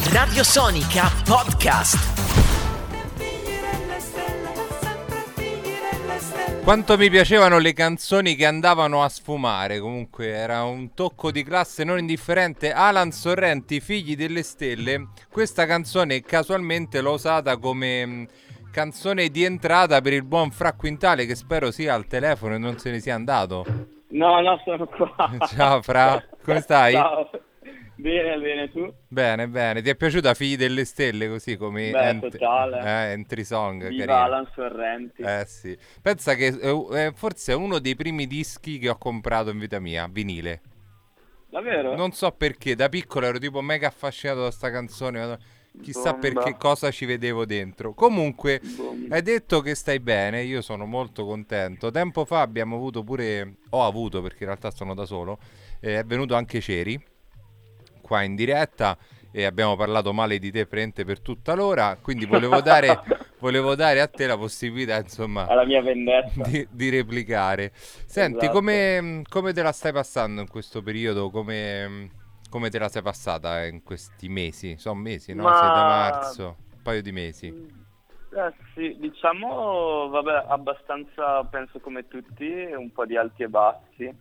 Radio Sonica Podcast. Quanto mi piacevano le canzoni che andavano a sfumare, comunque era un tocco di classe non indifferente. Alan Sorrenti, Figli delle Stelle, questa canzone casualmente l'ho usata come canzone di entrata per il buon Fra Quintale, che spero sia al telefono e non se ne sia andato. No, sono qua. Ciao Fra, come stai? Ciao. Bene, tu? Bene, ti è piaciuta Figli delle Stelle così come totale. entry song? Viva carino. Alan Sorrenti. Sì. Pensa che forse è uno dei primi dischi che ho comprato in vita mia, vinile. Davvero? Non so perché, da piccolo ero tipo mega affascinato da sta canzone, chissà perché cosa ci vedevo dentro. Comunque, hai detto che stai bene, io sono molto contento. Tempo fa abbiamo avuto ho avuto, perché in realtà sono da solo, è venuto anche Ceri qua in diretta e abbiamo parlato male di te per tutta l'ora, quindi volevo dare a te la possibilità, insomma, alla mia vendetta di replicare. Senti, esatto. come te la stai passando in questo periodo? Come te la sei passata in questi mesi? Sono mesi, no? Sei da marzo, un paio di mesi. Sì, diciamo, vabbè, abbastanza, penso come tutti, un po' di alti e bassi.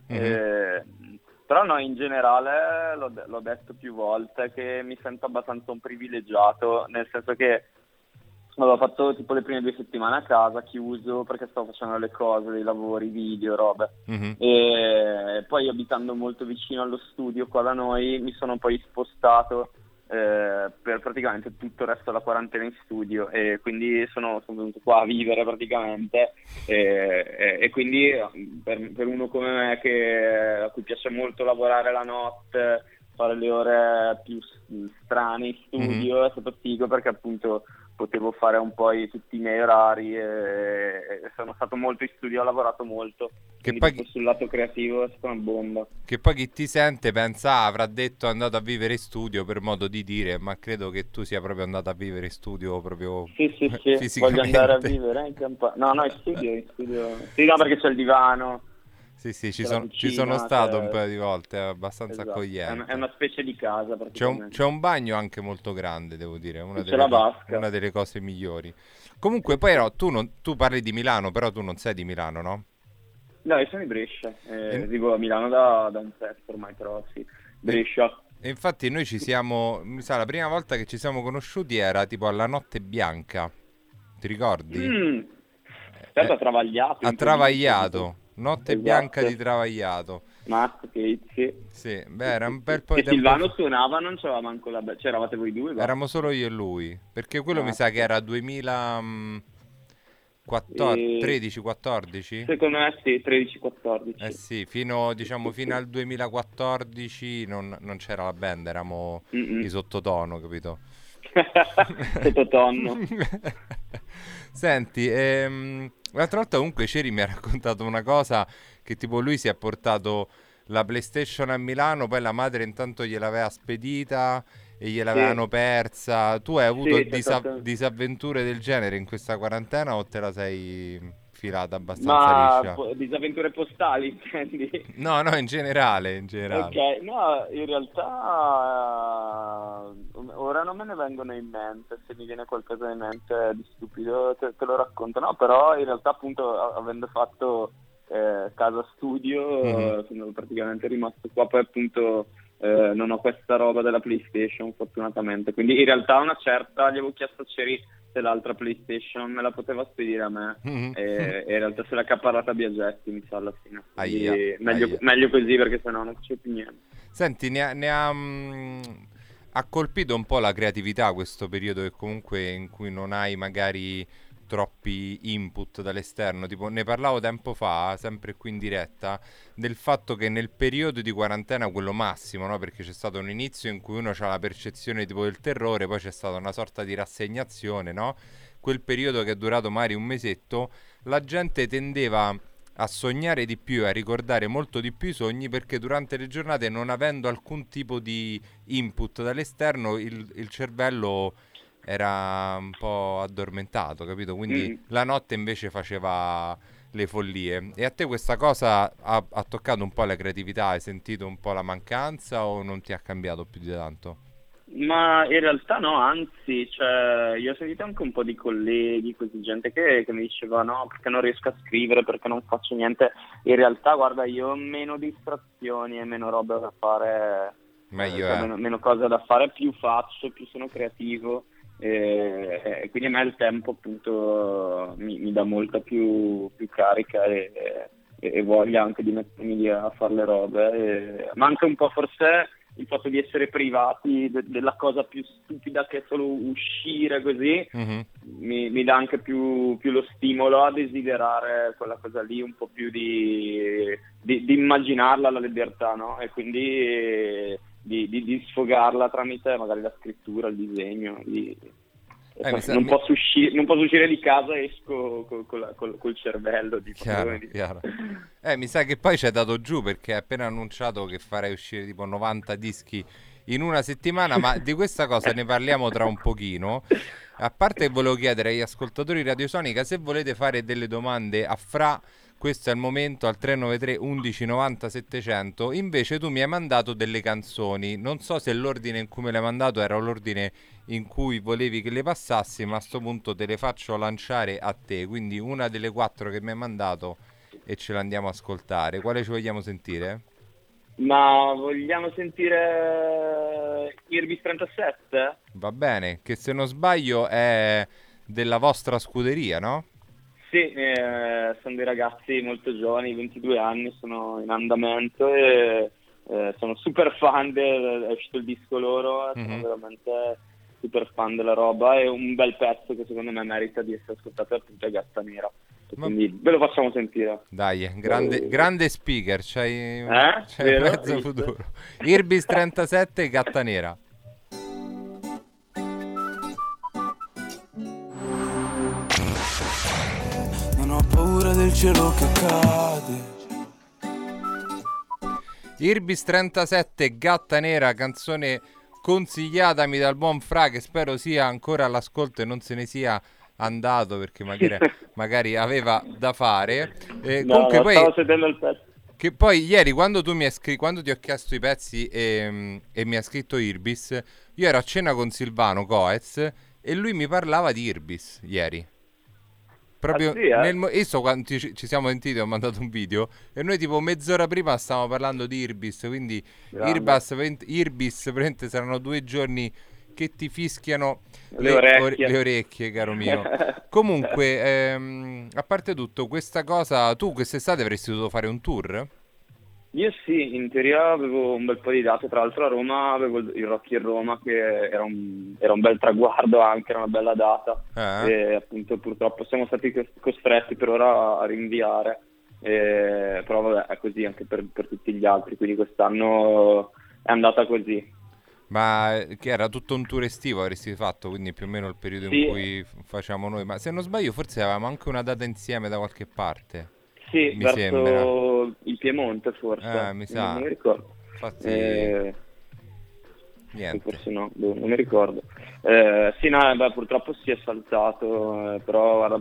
Però no, in generale l'ho detto più volte che mi sento abbastanza un privilegiato, nel senso che avevo fatto tipo le prime 2 settimane a casa, chiuso, perché stavo facendo le cose, dei lavori, video, robe. E poi abitando molto vicino allo studio qua da noi, mi sono poi spostato per praticamente tutto il resto della quarantena in studio, e quindi sono venuto qua a vivere praticamente, e quindi per uno come me a cui piace molto lavorare la notte, fare le ore più strane in studio, è stato figo perché appunto potevo fare un po' tutti i miei orari, e sono stato molto in studio, ho lavorato molto, che poi poi sul lato creativo è stata una bomba. Che poi chi ti sente pensa avrà detto è andato a vivere in studio, per modo di dire, ma credo che tu sia proprio andato a vivere in studio proprio Sì, fisicamente. voglio andare a vivere in campagna. No, in studio. Sì, no, perché c'è il divano. Sì, ci sono stato un paio di volte, è abbastanza accogliente. È una specie di casa praticamente. C'è un bagno anche molto grande, devo dire, la vasca. una delle cose migliori. Comunque poi però tu parli di Milano, però tu non sei di Milano, no? No, io sono di Brescia, vivo a Milano da un pezzo ormai, però sì, Brescia. E infatti noi ci siamo, mi sa, la prima volta che ci siamo conosciuti era tipo alla Notte Bianca, ti ricordi? Certo, ha travagliato. Ha travagliato, Notte Esatto. Bianca di Travagliato. Mazza, che Sì, beh, era un bel po' di e tempo Silvano fa. suonava, non c'era manco cioè eravate voi due? Eravamo solo io e lui, perché quello mi sa che era 2013-14? Secondo me sì, 13-14. Sì, fino al 2014 non c'era la band, eravamo i sottotono, capito? Sottotono. Senti, l'altra volta comunque Ceri mi ha raccontato una cosa, che tipo lui si è portato la PlayStation a Milano, poi la madre intanto gliel'aveva spedita e gliel'avevano persa. Tu hai avuto disavventure del genere in questa quarantena o te la sei filata abbastanza liscia? Disavventure postali, intendi? No, in generale. Ok, no, in realtà ora non me ne vengono in mente. Se mi viene qualcosa in mente di stupido te lo racconto. No, però in realtà appunto avendo fatto casa studio sono praticamente rimasto qua, poi appunto non ho questa roba della PlayStation fortunatamente, quindi in realtà una certa gli avevo chiesto a Ceri se l'altra PlayStation me la poteva spedire a me, e in realtà se l'ha accaparrata Biagetti, mi sa, alla fine. Meglio così, perché sennò non c'è più niente. Senti, ha colpito un po' la creatività questo periodo, che comunque in cui non hai magari troppi input dall'esterno. Tipo, ne parlavo tempo fa, sempre qui in diretta, del fatto che nel periodo di quarantena, quello massimo, no? Perché c'è stato un inizio in cui uno ha la percezione tipo del terrore, poi c'è stata una sorta di rassegnazione, no? Quel periodo che è durato magari un mesetto, la gente tendeva a sognare di più, a ricordare molto di più i sogni, perché durante le giornate, non avendo alcun tipo di input dall'esterno, il cervello era un po' addormentato, capito? Quindi la notte invece faceva le follie. E a te questa cosa ha toccato un po' la creatività? Hai sentito un po' la mancanza o non ti ha cambiato più di tanto? Ma in realtà no, anzi, cioè, io ho sentito anche un po' di colleghi, così, gente che mi diceva no, perché non riesco a scrivere, perché non faccio niente. In realtà, guarda, io ho meno distrazioni e meno roba da fare, Meglio cioè, è. meno cose da fare, più faccio, più sono creativo. E quindi a me il tempo appunto mi dà molta più carica e voglia anche di mettermi lì a fare le robe. Ma anche un po' forse il fatto di essere privati della cosa più stupida che è solo uscire così, Mhm. mi dà anche più lo stimolo a desiderare quella cosa lì, un po' più di immaginarla la libertà, no? E quindi di sfogarla tramite magari la scrittura, il disegno. Non posso uscire di casa, esco col cervello. Chiaro, chiaro. Mi sa che poi ci hai dato giù perché hai appena annunciato che farai uscire tipo 90 dischi in una settimana, ma di questa cosa ne parliamo tra un pochino. A parte che volevo chiedere agli ascoltatori di Radiosonica se volete fare delle domande a Fra, questo è il momento al 393 11 90 700. Invece tu mi hai mandato delle canzoni, non so se l'ordine in cui me l'hai mandato era l'ordine in cui volevi che le passassi, ma a sto punto te le faccio lanciare a te, quindi una delle 4 che mi hai mandato e ce l'andiamo a ascoltare. Quale ci vogliamo sentire? Ma vogliamo sentire Irbis 37? Va bene, che se non sbaglio è della vostra scuderia, no? Sì, sono dei ragazzi molto giovani, 22 anni, sono in andamento e sono super fan è uscito il disco loro, sono Mhm. veramente super fan della roba. È un bel pezzo che secondo me merita di essere ascoltato, appunto, è Gatta Nera. E Ma- quindi ve lo facciamo sentire. Dai, grande speaker, c'hai Vero? mezzo Hai visto? futuro. Irbis 37, Gatta Nera. Non ho paura del cielo che cade. Irbis 37, Gatta Nera, canzone consigliatami dal buon Fra, che spero sia ancora all'ascolto e non se ne sia andato perché magari aveva da fare. No, Comunque no, poi, stavo sentendo il pezzo. che poi ieri quando tu quando ti ho chiesto i pezzi e mi ha scritto Irbis, io ero a cena con Silvano Coez e lui mi parlava di Irbis ieri. Ah Proprio sì, eh? io so quando ci siamo sentiti, ho mandato un video e noi tipo mezz'ora prima stavamo parlando di Irbis, quindi Grande. Irbis praticamente saranno 2 giorni che ti fischiano Le orecchie. le orecchie, caro mio. Comunque, a parte tutto, questa cosa, tu quest'estate avresti dovuto fare un tour? Io sì, in teoria avevo un bel po' di date, tra l'altro a Roma avevo il Rock in Roma che era un bel traguardo anche, era una bella data e appunto purtroppo siamo stati costretti per ora a rinviare, però vabbè è così anche per tutti gli altri, quindi quest'anno è andata così. Ma che era tutto un tour estivo avresti fatto, quindi più o meno il periodo in Sì, cui facciamo noi. Ma se non sbaglio forse avevamo anche una data insieme da qualche parte, sì, mi sembra. verso il Piemonte forse, Mi non sa. mi ricordo. Infatti, niente. Forse no, non mi ricordo. Sì, no, beh, purtroppo si è saltato, però guarda,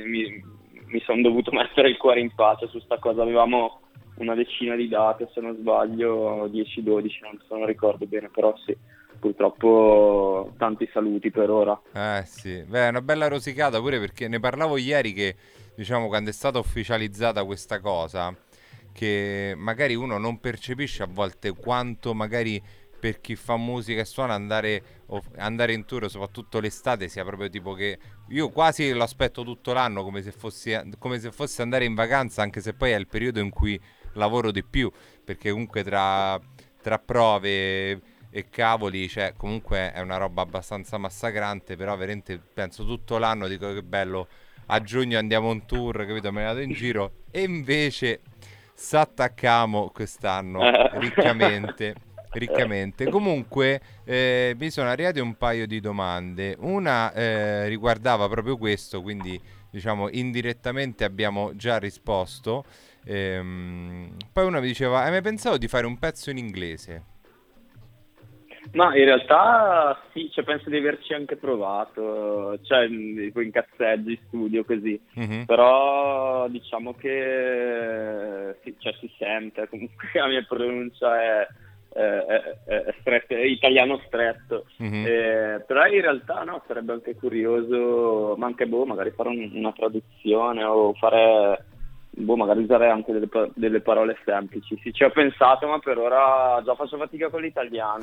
mi sono dovuto mettere il cuore in pace su sta cosa. Avevamo una decina di date, se non sbaglio, 10-12, non ricordo bene, però sì, purtroppo tanti saluti per ora. Sì. Beh, è una bella rosicata pure perché ne parlavo ieri che, diciamo, quando è stata ufficializzata questa cosa, che magari uno non percepisce a volte quanto magari per chi fa musica e suona andare in tour, soprattutto l'estate, sia proprio tipo che io quasi lo aspetto tutto l'anno come se fosse andare in vacanza, anche se poi è il periodo in cui lavoro di più, perché comunque tra prove e cavoli, cioè comunque è una roba abbastanza massacrante, però veramente penso tutto l'anno, dico che bello, a giugno andiamo on tour, capito, me ne vado in giro, e invece s'attaccamo quest'anno riccamente. Comunque mi sono arrivate un paio di domande. Una riguardava proprio questo, quindi diciamo indirettamente abbiamo già risposto. Poi una mi diceva: hai mai pensato di fare un pezzo in inglese? Ma in realtà sì, cioè, penso di averci anche provato, cioè tipo in cazzeggi, in studio così, Mhm. però diciamo che sì, cioè, si sente comunque che la mia pronuncia è stretto, è italiano stretto. Però in realtà no, sarebbe anche curioso, ma anche magari fare una traduzione o fare, magari usare anche delle parole semplici. Sì, ci ho pensato, ma per ora già faccio fatica con l'italiano.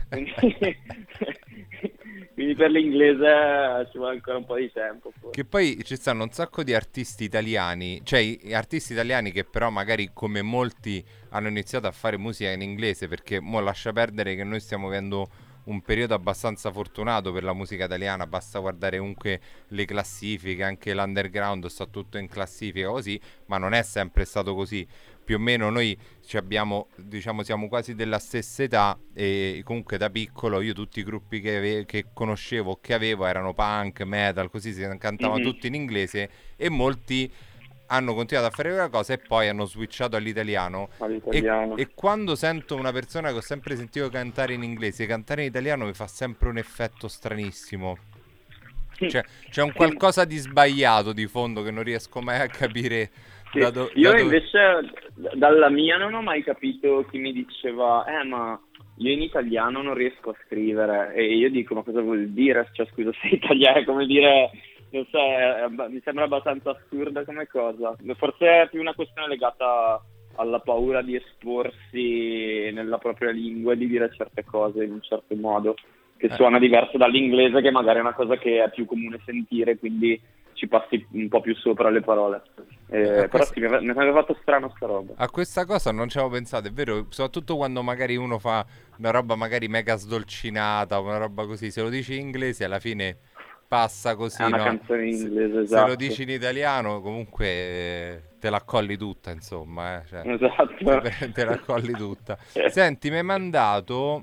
Quindi per l'inglese ci vuole ancora un po' di tempo. Forse. Che poi ci stanno un sacco di artisti italiani, cioè artisti italiani che però magari come molti hanno iniziato a fare musica in inglese, perché mo lascia perdere che noi stiamo vivendo un periodo abbastanza fortunato per la musica italiana, basta guardare comunque le classifiche, anche l'underground sta tutto in classifica così, ma non è sempre stato così. Più o meno noi diciamo, siamo quasi della stessa età e comunque da piccolo io tutti i gruppi che conoscevo o che avevo erano punk, metal, così si cantavano tutti in inglese e molti hanno continuato a fare quella cosa e poi hanno switchato all'italiano. E quando sento una persona che ho sempre sentito cantare in inglese, cantare in italiano mi fa sempre un effetto stranissimo. Cioè, c'è un qualcosa di sbagliato di fondo che non riesco mai a capire. Sì. Io invece dalla mia non ho mai capito chi mi diceva ma io in italiano non riesco a scrivere, e io dico ma cosa vuol dire? Cioè scusa, sei italiano, è come dire, non so, mi sembra abbastanza assurda come cosa. Forse è più una questione legata alla paura di esporsi nella propria lingua e di dire certe cose in un certo modo che suona diverso dall'inglese, che magari è una cosa che è più comune sentire, quindi ci passi un po' più sopra le parole. Però sì, mi aveva fatto strano sta roba. A questa cosa non ci avevo pensato, è vero, soprattutto quando magari uno fa una roba magari mega sdolcinata, una roba così, se lo dici in inglese alla fine passa così, è una canzone in inglese, esatto. Se lo dici in italiano comunque te la accolli tutta, insomma, cioè, esatto. te la accolli tutta. Senti, mi hai mandato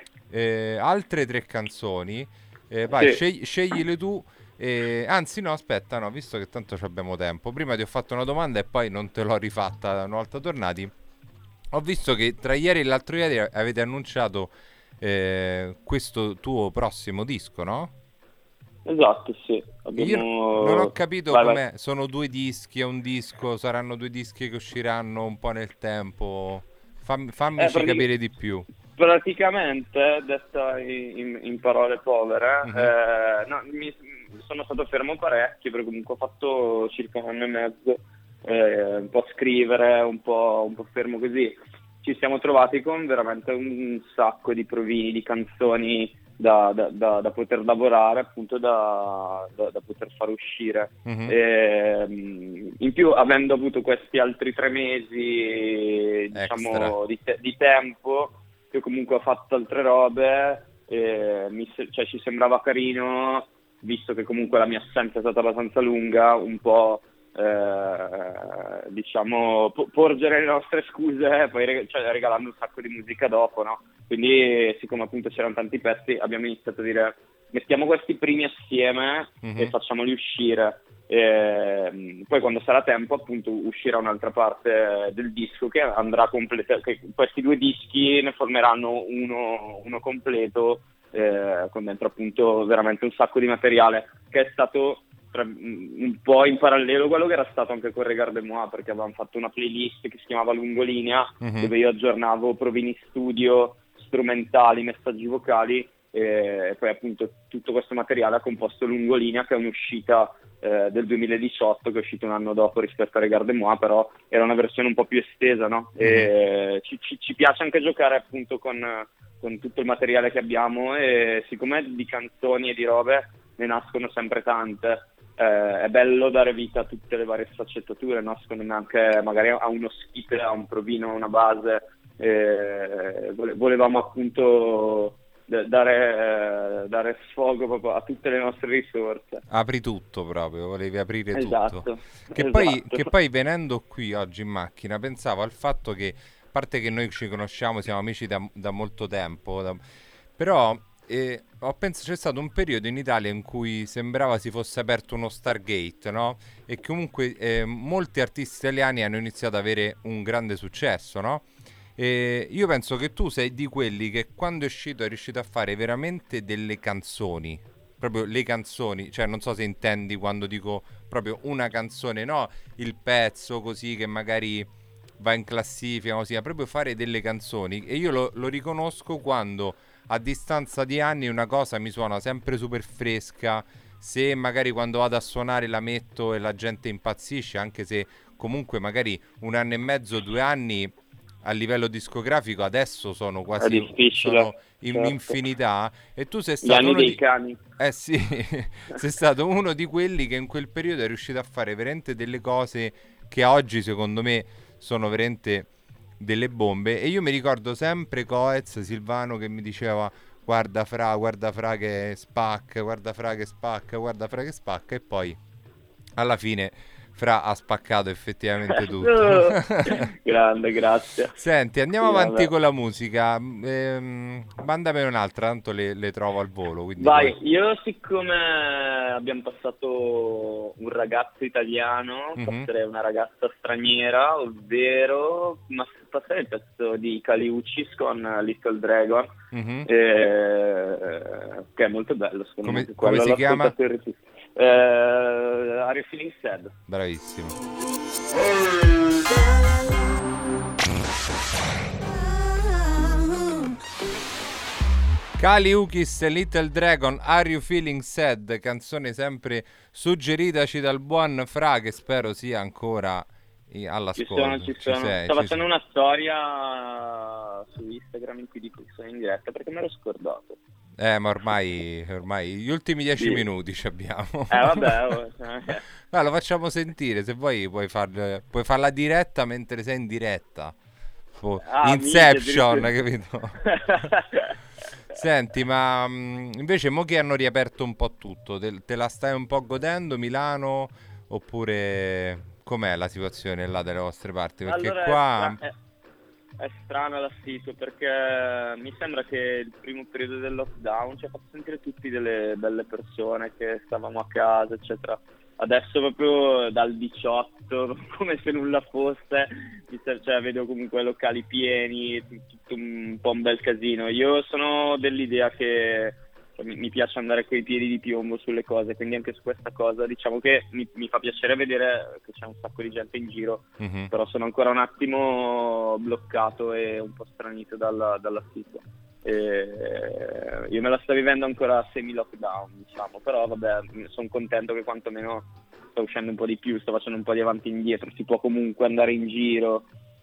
altre 3 canzoni, vai, sì. Sceglile tu. Anzi no, aspetta, no, visto che tanto abbiamo tempo, prima ti ho fatto una domanda e poi non te l'ho rifatta una volta tornati. Ho visto che tra ieri e l'altro ieri avete annunciato questo tuo prossimo disco, no? Esatto, sì. Io non ho capito com'è. Sono 2 dischi, è un disco, saranno 2 dischi che usciranno un po' nel tempo. Fammici capire di più. Praticamente, detta in parole povere, sono stato fermo parecchio, perché comunque ho fatto circa 1 anno e mezzo, un po' scrivere, un po' fermo così. Ci siamo trovati con veramente un sacco di provini, di canzoni da poter lavorare, appunto da poter far uscire. In più, avendo avuto questi altri 3 mesi, diciamo, di tempo, che comunque ho fatto altre robe, ci sembrava carino, visto che comunque la mia assenza è stata abbastanza lunga, un po' diciamo porgere le nostre scuse e poi regalando un sacco di musica dopo, no? Quindi siccome appunto c'erano tanti pezzi, abbiamo iniziato a dire mettiamo questi primi assieme e facciamoli uscire. Poi quando sarà tempo appunto uscirà un'altra parte del disco che andrà completo, questi 2 dischi ne formeranno uno completo, con dentro appunto veramente un sacco di materiale, che è stato un po' in parallelo quello che era stato anche con Regarde-moi, perché avevamo fatto una playlist che si chiamava Lungolinea, dove io aggiornavo provini studio, strumentali, messaggi vocali, e poi appunto tutto questo materiale ha composto Lungolinea, che è un'uscita del 2018, che è uscito un anno dopo rispetto a Regarde-moi, però era una versione un po' più estesa, no? E ci piace anche giocare appunto con tutto il materiale che abbiamo, e siccome di canzoni e di robe ne nascono sempre tante, è bello dare vita a tutte le varie sfaccettature, no? Secondo me anche magari a uno skit, a un provino, a una base, volevamo appunto dare sfogo proprio a tutte le nostre risorse. Apri tutto proprio, volevi aprire tutto. Che Esatto. poi venendo qui oggi in macchina pensavo al fatto che, a parte che noi ci conosciamo, siamo amici da molto tempo, però c'è stato un periodo in Italia in cui sembrava si fosse aperto uno Stargate, no? E comunque molti artisti italiani hanno iniziato ad avere un grande successo, no? E io penso che tu sei di quelli che quando è uscito è riuscito a fare veramente delle canzoni, proprio le canzoni, cioè non so se intendi quando dico proprio una canzone, no? Il pezzo così che magari va in classifica, così, ma proprio fare delle canzoni. E io lo riconosco quando a distanza di anni una cosa mi suona sempre super fresca. Se magari quando vado a suonare la metto e la gente impazzisce, anche se comunque magari 1 anno e mezzo, 2 anni a livello discografico adesso sono quasi È difficile, sono in infinità, e tu sei Gli stato anni uno dei di... cani. sì, sei stato uno di quelli che in quel periodo è riuscito a fare veramente delle cose che oggi secondo me sono veramente delle bombe. E io mi ricordo sempre Coez, Silvano, che mi diceva guarda Fra che spacca, guarda Fra che spacca, guarda Fra che spacca, e poi alla fine Fra ha spaccato effettivamente tutto. Grande, grazie. Senti, andiamo Sì, avanti vabbè. con la musica. Mandamene un'altra, tanto le trovo al volo. Quindi Vai, poi... io siccome abbiamo passato un ragazzo italiano, Mhm. passerei una ragazza straniera, ovvero passerei il pezzo di Kali Uchis con Little Dragon, Mhm. che è molto bello, secondo Come- me. come Quello si l'ho chiama? ascoltato in repeat. Are You Feeling Sad? Bravissimo. Kali Uchis e Little Dragon, Are You Feeling Sad? Canzone sempre suggeritaci dal buon Fra, che spero sia ancora all'ascolto. Ci sono. sei, Sto ci facendo una storia su Instagram in cui dico che sono in diretta perché me l'ho scordato. Ma ormai gli ultimi 10 Sì. minuti ci abbiamo. Vabbè. Ma lo facciamo sentire, se vuoi puoi farla diretta mentre sei in diretta. Inception, minchia, capito? Senti, ma invece mo che hanno riaperto un po' tutto, te la stai un po' godendo Milano, oppure com'è la situazione là dalle vostre parti? Perché Allora, qua... è strana la situazione perché mi sembra che il primo periodo del lockdown ci ha fatto sentire tutti delle belle persone che stavamo a casa, eccetera. Adesso proprio dal 18, come se nulla fosse, cioè, vedo comunque locali pieni, tutto un po' un bel casino. Io sono dell'idea che mi piace andare coi piedi di piombo sulle cose, quindi anche su questa cosa diciamo che mi fa piacere vedere che c'è un sacco di gente in giro, Mhm. però sono ancora un attimo bloccato e un po' stranito dalla situazione. Io me la sto vivendo ancora semi-lockdown, diciamo, però vabbè, sono contento che quantomeno sto uscendo un po' di più, sto facendo un po' di avanti e indietro, si può comunque andare in giro,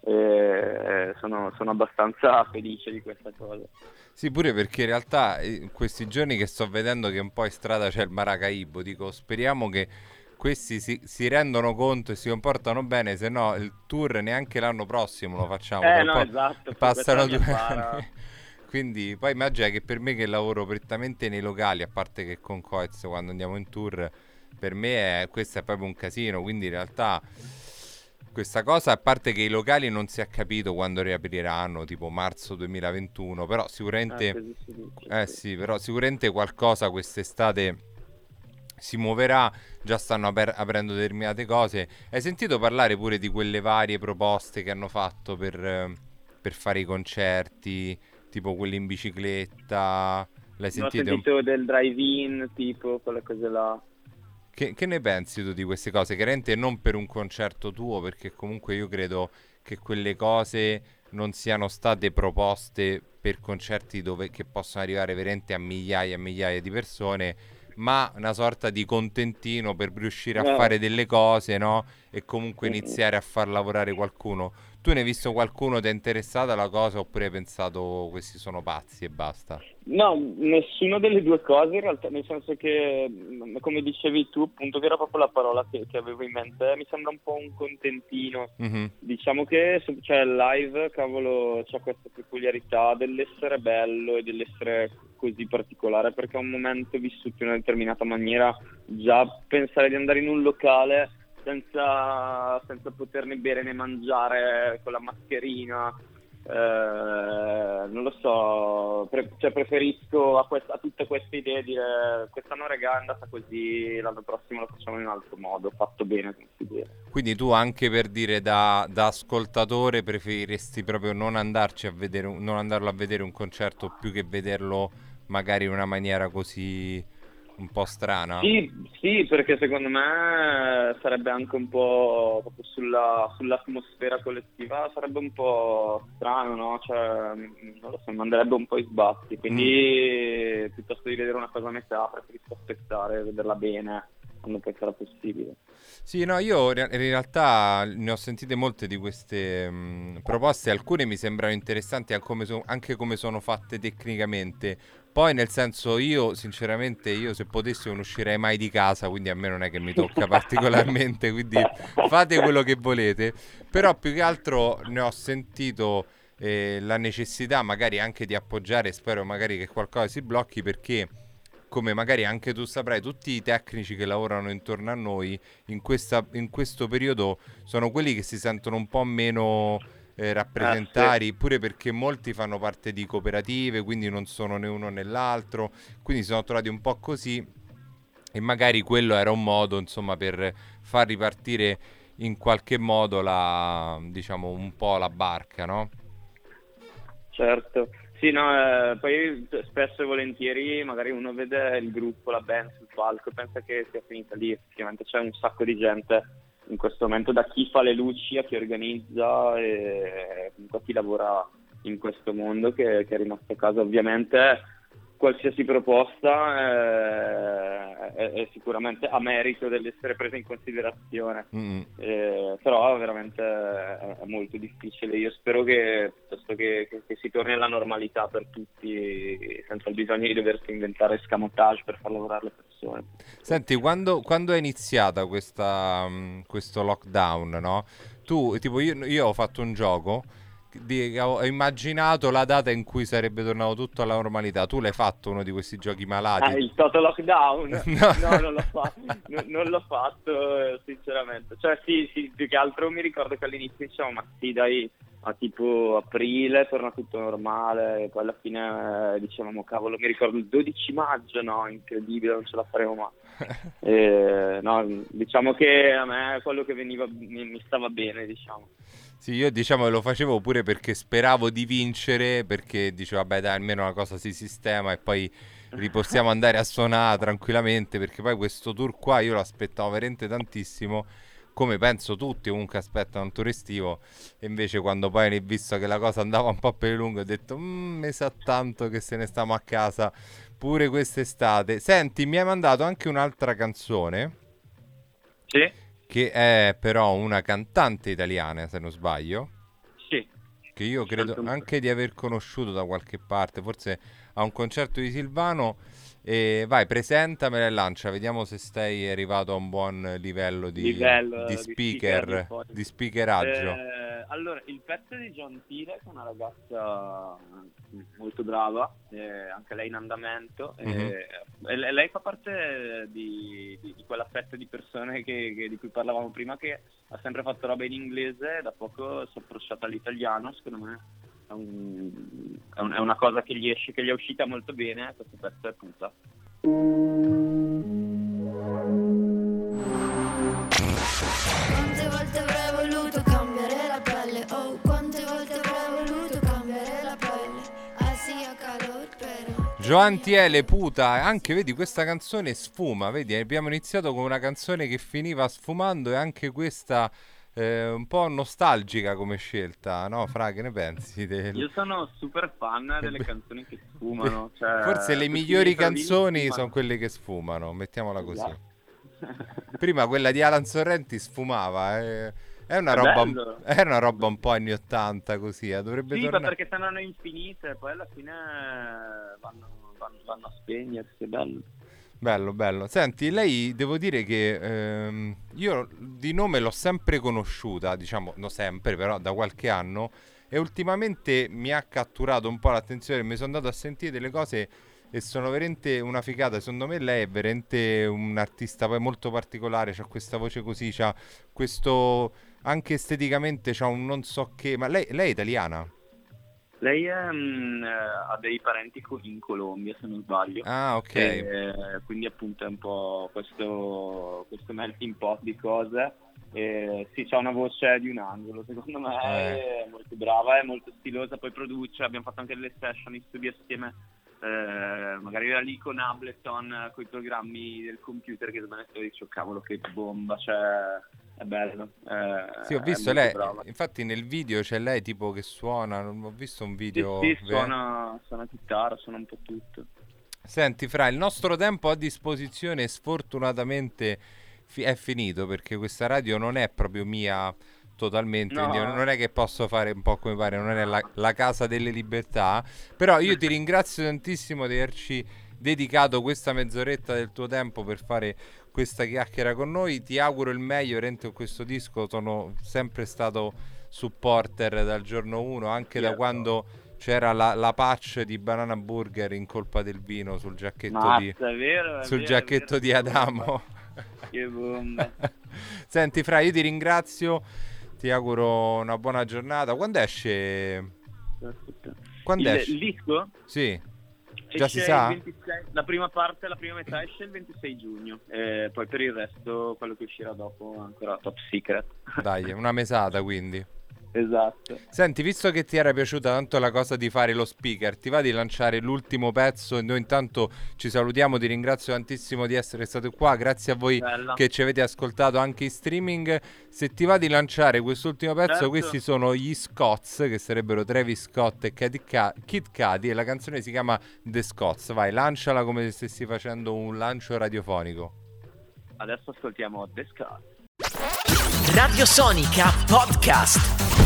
sono abbastanza felice di questa cosa. Sì, pure perché in realtà in questi giorni che sto vedendo che un po' in strada c'è il Maracaibo, dico speriamo che questi si rendono conto e si comportano bene, se no il tour neanche l'anno prossimo lo facciamo. Tra un No, po' esatto, sì, passano questa è 2 la mia anni. Quindi poi immagina che per me che lavoro prettamente nei locali, a parte che con Coez quando andiamo in tour, per me questo è proprio un casino, quindi in realtà questa cosa, a parte che i locali non si è capito quando riapriranno, tipo marzo 2021, però sicuramente così si dice, sì. sì, però sicuramente qualcosa quest'estate si muoverà, già stanno aprendo determinate cose. Hai sentito parlare pure di quelle varie proposte che hanno fatto per fare i concerti, tipo quelli in bicicletta? L'hai Ho sentito? sentito del drive-in, tipo, quelle cose là. Che ne pensi tu di queste cose? Chiaramente non per un concerto tuo, perché comunque io credo che quelle cose non siano state proposte per concerti che possono arrivare veramente a migliaia e migliaia di persone, ma una sorta di contentino per riuscire a fare delle cose, no? E comunque iniziare a far lavorare qualcuno. Tu ne hai visto qualcuno, ti è interessata la cosa, oppure hai pensato questi sono pazzi e basta? No, nessuna delle due cose in realtà, nel senso che, come dicevi tu, appunto, che era proprio la parola che avevo in mente, mi sembra un po' un contentino. Mhm. Diciamo che cioè, il live, cavolo, c'ha questa peculiarità dell'essere bello e dell'essere così particolare, perché è un momento vissuto in una determinata maniera. Già pensare di andare in un locale senza poterne bere né mangiare con la mascherina, non lo so, preferisco a tutte queste idee dire quest'anno regà è andata così, l'anno prossimo lo facciamo in un altro modo, fatto bene, come si dice. Quindi tu anche per dire da ascoltatore preferiresti proprio non andarci a vedere non andarlo a vedere un concerto più che vederlo magari in una maniera così un po' strana? Sì, perché secondo me sarebbe anche un po' proprio sull'atmosfera collettiva, sarebbe un po' strano, no? Cioè, non lo so, manderebbe un po' i sbatti, quindi piuttosto di vedere una cosa a metà, preferisco aspettare, vederla bene, quando poi sarà possibile. Sì, no, io in realtà ne ho sentite molte di queste proposte, alcune mi sembrano interessanti anche come sono fatte tecnicamente. Poi nel senso io sinceramente se potessi non uscirei mai di casa, quindi a me non è che mi tocca particolarmente, quindi fate quello che volete. Però più che altro ne ho sentito la necessità magari anche di appoggiare, spero magari che qualcosa si blocchi perché come magari anche tu saprai, tutti i tecnici che lavorano intorno a noi in questo periodo sono quelli che si sentono un po' meno rappresentati, pure perché molti fanno parte di cooperative, quindi non sono né uno né l'altro, quindi si sono trovati un po' così e magari quello era un modo, insomma, per far ripartire in qualche modo diciamo, un po' la barca, no? Certo, sì, no, poi spesso e volentieri magari uno vede il gruppo, la band sul palco e pensa che sia finita lì, effettivamente c'è un sacco di gente in questo momento, da chi fa le luci a chi organizza e comunque a chi lavora in questo mondo che è rimasto a casa. Ovviamente qualsiasi proposta è sicuramente a merito dell'essere presa in considerazione. Però veramente è molto difficile. Io spero che piuttosto che si torni alla normalità per tutti, senza il bisogno di doversi inventare escamotage per far lavorare le persone. Senti, quando è iniziata questo lockdown, no? Tu, tipo, io ho fatto un gioco, ho immaginato la data in cui sarebbe tornato tutto alla normalità. Tu l'hai fatto uno di questi giochi malati? Il Toto Lockdown? No. No, non l'ho fatto, non l'ho fatto sinceramente. Cioè sì, più che altro mi ricordo che all'inizio diciamo, ma sì dai, a tipo aprile torna tutto normale, e poi alla fine dicevamo cavolo, mi ricordo il 12 maggio, no, incredibile, non ce la faremo mai. No, diciamo che a me quello che veniva mi stava bene, diciamo. Sì, io diciamo che lo facevo pure perché speravo di vincere, perché dicevo vabbè dai, almeno una cosa si sistema e poi possiamo andare a suonare tranquillamente, perché poi questo tour qua io lo aspettavo veramente tantissimo, come penso tutti comunque aspettano un tour estivo, e invece quando poi ho visto che la cosa andava un po' per lungo ho detto mi sa tanto che se ne stiamo a casa pure quest'estate. Senti, mi hai mandato anche un'altra canzone. Sì. Che è però una cantante italiana, se non sbaglio. Sì. Che io credo anche di aver conosciuto da qualche parte, forse a un concerto di Silvano. E vai, presentamela e lancia, vediamo se sei arrivato a un buon livello di speakeraggio. Allora, il pezzo è di Gentile, che è una ragazza molto brava, anche lei in andamento. E lei fa parte di quella fetta di persone di cui parlavamo prima, che ha sempre fatto roba in inglese e da poco si è approcciata all'italiano. Secondo me è una cosa che gli è uscita molto bene. Questo pezzo è Puta. Quante volte avrei voluto cambiare la pelle, oh, quante volte avrei voluto cambiare la pelle, sia calore però. Gioantiele, Puta, anche vedi questa canzone sfuma, vedi, abbiamo iniziato con una canzone che finiva sfumando e anche questa un po' nostalgica come scelta, no? Fra, che ne pensi? Io sono super fan delle canzoni che sfumano. Cioè, forse le migliori canzoni sono quelle che sfumano, mettiamola così. Prima quella di Alan Sorrenti sfumava, è una roba un po' anni 80 così, dovrebbe tornare. Sì, perché sembrano infinite, poi alla fine vanno a spegnersi, è bello. Bello. Senti, lei devo dire che io di nome l'ho sempre conosciuta, diciamo, non sempre, però da qualche anno, e ultimamente mi ha catturato un po' l'attenzione, mi sono andato a sentire delle cose e sono veramente una figata. Secondo me lei è veramente un artista poi molto particolare, c'ha questa voce così, c'ha questo, anche esteticamente c'ha un non so che, ma lei è italiana? Lei ha dei parenti in Colombia, se non sbaglio. Ah, ok. Quindi appunto è un po' questo melting pot di cose. Sì, c'ha una voce di un angelo, secondo me. È molto brava, è molto stilosa, poi produce. Abbiamo fatto anche delle session in studio assieme magari era lì con Ableton, con i programmi del computer che smetto e dicevo cavolo che bomba, cioè è bello. Sì, ho visto lei, infatti nel video c'è lei tipo che suona, ho visto un video. Sì, suona chitarra, suona un po' tutto. Senti Fra, il nostro tempo a disposizione sfortunatamente è finito, perché questa radio non è proprio mia totalmente, No. quindi non è che posso fare un po' come pare, non è la casa delle libertà, però io ti ringrazio tantissimo di averci dedicato questa mezz'oretta del tuo tempo per fare questa chiacchiera con noi. Ti auguro il meglio veramente con questo disco, sono sempre stato supporter dal giorno 1, anche da quando c'era la patch di Banana Burger in colpa del vino sul giacchetto giacchetto di Adamo. Che bomba. Senti Fra, io ti ringrazio, ti auguro una buona giornata. Quando esce? Il disco? Sì. Già Esce si sa? il 26, la prima metà esce il 26 giugno, poi per il resto quello che uscirà dopo ancora top secret. Dai, una mesata quindi. Esatto. Senti, visto che ti era piaciuta tanto la cosa di fare lo speaker, ti va di lanciare l'ultimo pezzo? Noi intanto ci salutiamo, ti ringrazio tantissimo di essere stato qua, grazie a voi che ci avete ascoltato anche in streaming. Se ti va di lanciare quest'ultimo pezzo, certo. Questi sono gli Scots, che sarebbero Travis Scott e Kid Cudi, e la canzone si chiama The Scots. Vai, lanciala come se stessi facendo un lancio radiofonico. Adesso ascoltiamo The Scots. Radio Sonica Podcast.